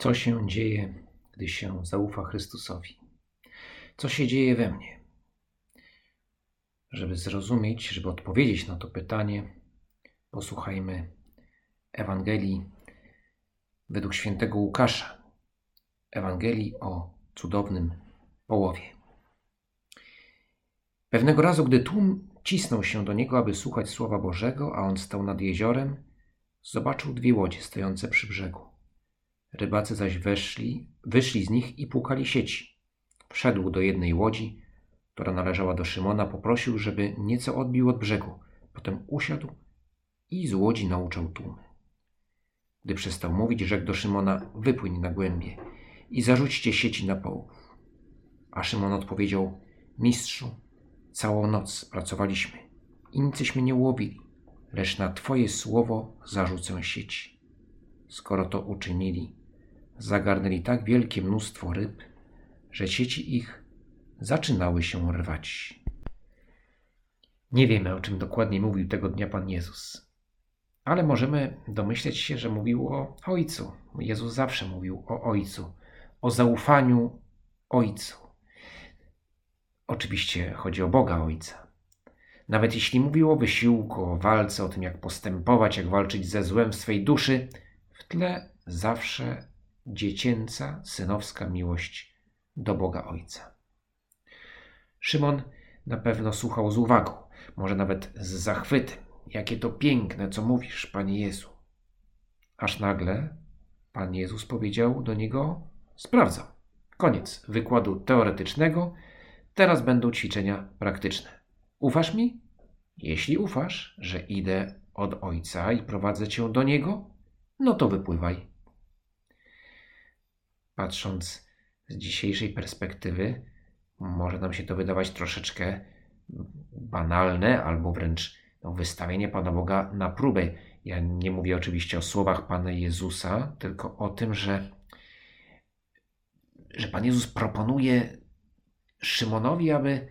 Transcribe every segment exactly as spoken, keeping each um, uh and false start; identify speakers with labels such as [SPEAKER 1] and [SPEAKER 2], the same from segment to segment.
[SPEAKER 1] Co się dzieje, gdy się zaufa Chrystusowi? Co się dzieje we mnie? Żeby zrozumieć, żeby odpowiedzieć na to pytanie, posłuchajmy Ewangelii według świętego Łukasza. Ewangelii o cudownym połowie. Pewnego razu, gdy tłum cisnął się do niego, aby słuchać słowa Bożego, a on stał nad jeziorem, zobaczył dwie łodzie stojące przy brzegu. Rybacy zaś weszli, wyszli z nich i płukali sieci. Wszedł do jednej łodzi, która należała do Szymona, poprosił, żeby nieco odbił od brzegu. Potem usiadł i z łodzi nauczał tłumy. Gdy przestał mówić, rzekł do Szymona: wypłyń na głębie i zarzućcie sieci na połów. A Szymon odpowiedział: Mistrzu, całą noc pracowaliśmy i niceśmy nie ułowili, lecz na Twoje słowo zarzucę sieci. Skoro to uczynili, zagarnęli tak wielkie mnóstwo ryb, że sieci ich zaczynały się rwać. Nie wiemy, o czym dokładnie mówił tego dnia Pan Jezus, ale możemy domyśleć się, że mówił o Ojcu. Jezus zawsze mówił o Ojcu, o zaufaniu Ojcu. Oczywiście chodzi o Boga Ojca. Nawet jeśli mówił o wysiłku, o walce, o tym, jak postępować, jak walczyć ze złem w swej duszy, w tle zawsze dziecięca, synowska miłość do Boga Ojca. Szymon na pewno słuchał z uwagą, może nawet z zachwytem. Jakie to piękne, co mówisz, Panie Jezu. Aż nagle Pan Jezus powiedział do niego: sprawdzam. Koniec wykładu teoretycznego, teraz będą ćwiczenia praktyczne. Ufasz mi? Jeśli ufasz, że idę od Ojca i prowadzę cię do Niego, no to wypływaj. Patrząc z dzisiejszej perspektywy, może nam się to wydawać troszeczkę banalne albo wręcz no, wystawienie Pana Boga na próbę. Ja nie mówię oczywiście o słowach Pana Jezusa, tylko o tym, że, że Pan Jezus proponuje Szymonowi, aby,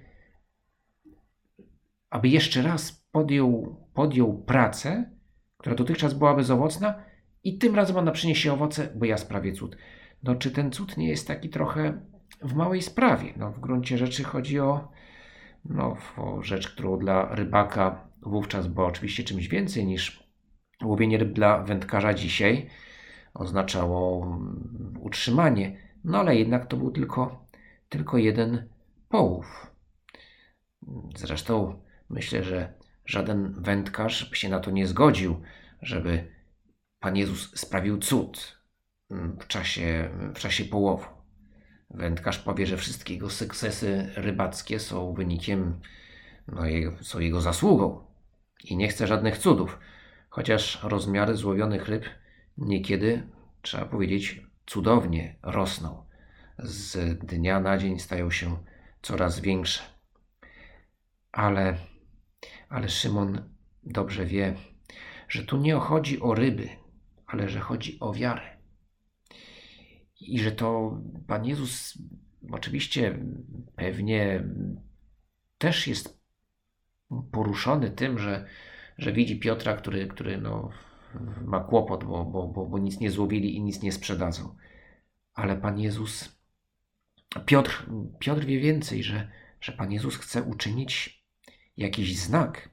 [SPEAKER 1] aby jeszcze raz podjął, podjął pracę, która dotychczas była bezowocna, i tym razem ona przyniesie owoce, bo ja sprawię cud. No czy ten cud nie jest taki trochę w małej sprawie? No w gruncie rzeczy chodzi o, no, o rzecz, którą dla rybaka wówczas była oczywiście czymś więcej niż łowienie ryb dla wędkarza dzisiaj. Oznaczało utrzymanie, no ale jednak to był tylko, tylko jeden połów. Zresztą myślę, że żaden wędkarz by się na to nie zgodził, żeby Pan Jezus sprawił cud w czasie, w czasie połowu. Wędkarz powie, że wszystkie jego sukcesy rybackie są wynikiem, no, jego, są jego zasługą i nie chce żadnych cudów, chociaż rozmiary złowionych ryb niekiedy, trzeba powiedzieć, cudownie rosną. Z dnia na dzień stają się coraz większe. Ale, ale Szymon dobrze wie, że tu nie chodzi o ryby, ale że chodzi o wiarę. I że to Pan Jezus oczywiście pewnie też jest poruszony tym, że, że widzi Piotra, który, który no, ma kłopot, bo, bo, bo, bo nic nie złowili i nic nie sprzedadzą. Ale Pan Jezus, Piotr, Piotr wie więcej, że, że Pan Jezus chce uczynić jakiś znak.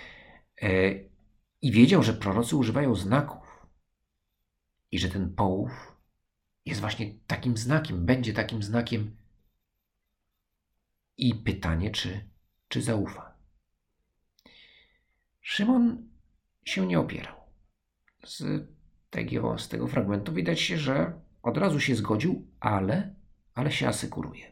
[SPEAKER 1] I wiedział, że prorocy używają znaków i że ten połów jest właśnie takim znakiem, będzie takim znakiem. I pytanie, czy, czy zaufa. Szymon się nie opierał. Z tego, z tego fragmentu widać się, że od razu się zgodził, ale, ale się asekuruje.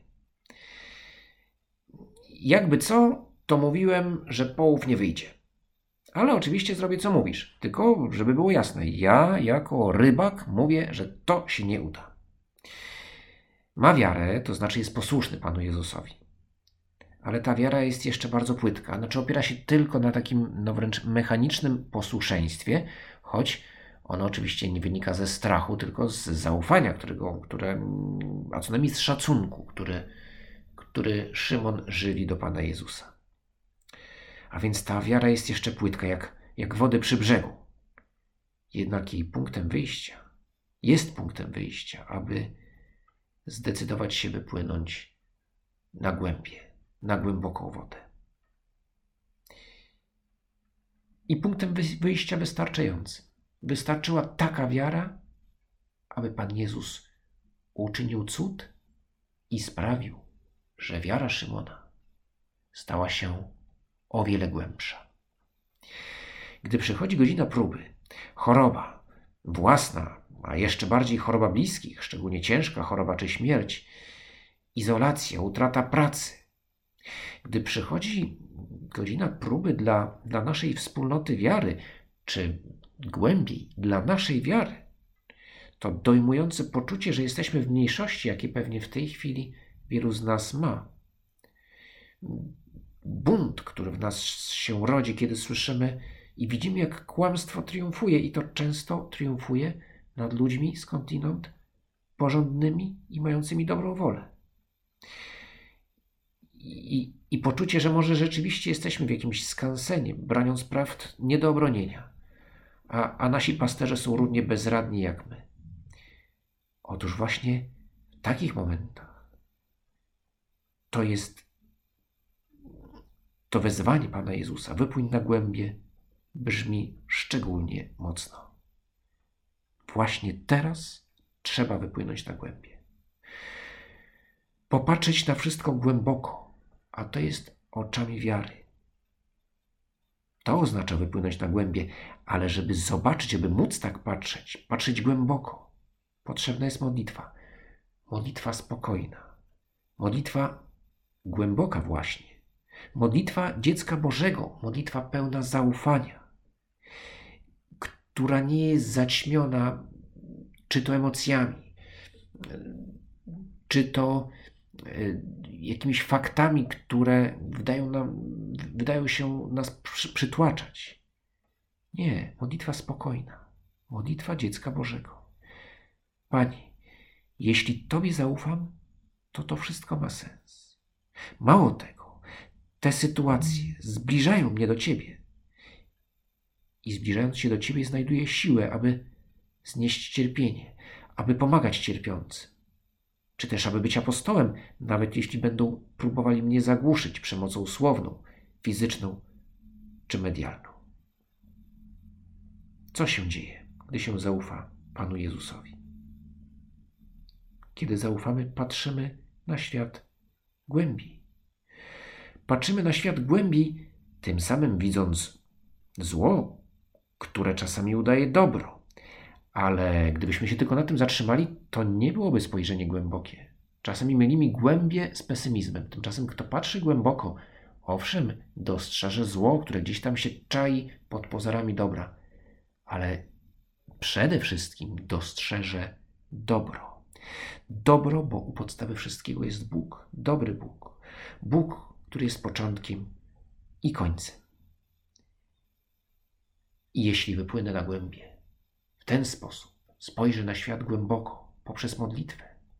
[SPEAKER 1] Jakby co, to mówiłem, że połów nie wyjdzie. Ale oczywiście zrobię, co mówisz. Tylko, żeby było jasne, ja jako rybak mówię, że to się nie uda. Ma wiarę, to znaczy jest posłuszny Panu Jezusowi. Ale ta wiara jest jeszcze bardzo płytka. Znaczy opiera się tylko na takim no wręcz mechanicznym posłuszeństwie, choć ono oczywiście nie wynika ze strachu, tylko z zaufania, którego, które, a co najmniej z szacunku, który, który Szymon żywi do Pana Jezusa. A więc ta wiara jest jeszcze płytka, jak, jak wody przy brzegu. Jednak jej punktem wyjścia jest punktem wyjścia, aby zdecydować się wypłynąć na głębie, na głęboką wodę. I punktem wyjścia wystarczającym. Wystarczyła taka wiara, aby Pan Jezus uczynił cud i sprawił, że wiara Szymona stała się o wiele głębsza. Gdy przychodzi godzina próby, choroba własna, a jeszcze bardziej choroba bliskich, szczególnie ciężka choroba czy śmierć, izolacja, utrata pracy. Gdy przychodzi godzina próby dla, dla naszej wspólnoty wiary, czy głębiej dla naszej wiary, to dojmujące poczucie, że jesteśmy w mniejszości, jakie pewnie w tej chwili wielu z nas ma. Bunt, który w nas się rodzi, kiedy słyszymy i widzimy, jak kłamstwo triumfuje, i to często triumfuje nad ludźmi skądinąd porządnymi i mającymi dobrą wolę. I, i poczucie, że może rzeczywiście jesteśmy w jakimś skansenie, broniąc prawd nie do obronienia, a, a nasi pasterze są równie bezradni jak my. Otóż właśnie w takich momentach to jest to wezwanie Pana Jezusa, wypłyń na głębie, brzmi szczególnie mocno. Właśnie teraz trzeba wypłynąć na głębie. Popatrzeć na wszystko głęboko, a to jest oczami wiary. To oznacza wypłynąć na głębie, ale żeby zobaczyć, żeby móc tak patrzeć, patrzeć głęboko, potrzebna jest modlitwa. Modlitwa spokojna. Modlitwa głęboka właśnie. Modlitwa dziecka Bożego. Modlitwa pełna zaufania, która nie jest zaćmiona czy to emocjami, czy to jakimiś faktami, które wydają, nam, wydają się nas przy, przytłaczać. Nie, modlitwa spokojna. Modlitwa dziecka Bożego. Panie, jeśli Tobie zaufam, to to wszystko ma sens. Mało tego, te sytuacje zbliżają mnie do Ciebie. I zbliżając się do Ciebie, znajduję siłę, aby znieść cierpienie, aby pomagać cierpiącym. Czy też aby być apostołem, nawet jeśli będą próbowali mnie zagłuszyć przemocą słowną, fizyczną czy medialną. Co się dzieje, gdy się zaufa Panu Jezusowi? Kiedy zaufamy, patrzymy na świat głębiej. Patrzymy na świat głębiej, tym samym widząc zło, które czasami udaje dobro. Ale gdybyśmy się tylko na tym zatrzymali, to nie byłoby spojrzenie głębokie. Czasami mylimy głębie z pesymizmem. Tymczasem kto patrzy głęboko, owszem, dostrzeże zło, które gdzieś tam się czai pod pozorami dobra, ale przede wszystkim dostrzeże dobro. Dobro, bo u podstawy wszystkiego jest Bóg, dobry Bóg. Bóg, który jest początkiem i końcem. I jeśli wypłynę na głębie, w ten sposób spojrzę na świat głęboko, poprzez modlitwę,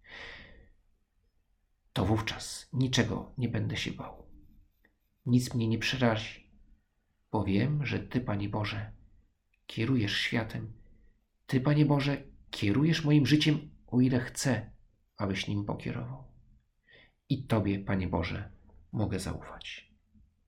[SPEAKER 1] to wówczas niczego nie będę się bał. Nic mnie nie przerazi, bo wiem, że Ty, Panie Boże, kierujesz światem. Ty, Panie Boże, kierujesz moim życiem, o ile chcę, abyś nim pokierował. I Tobie, Panie Boże, mogę zaufać.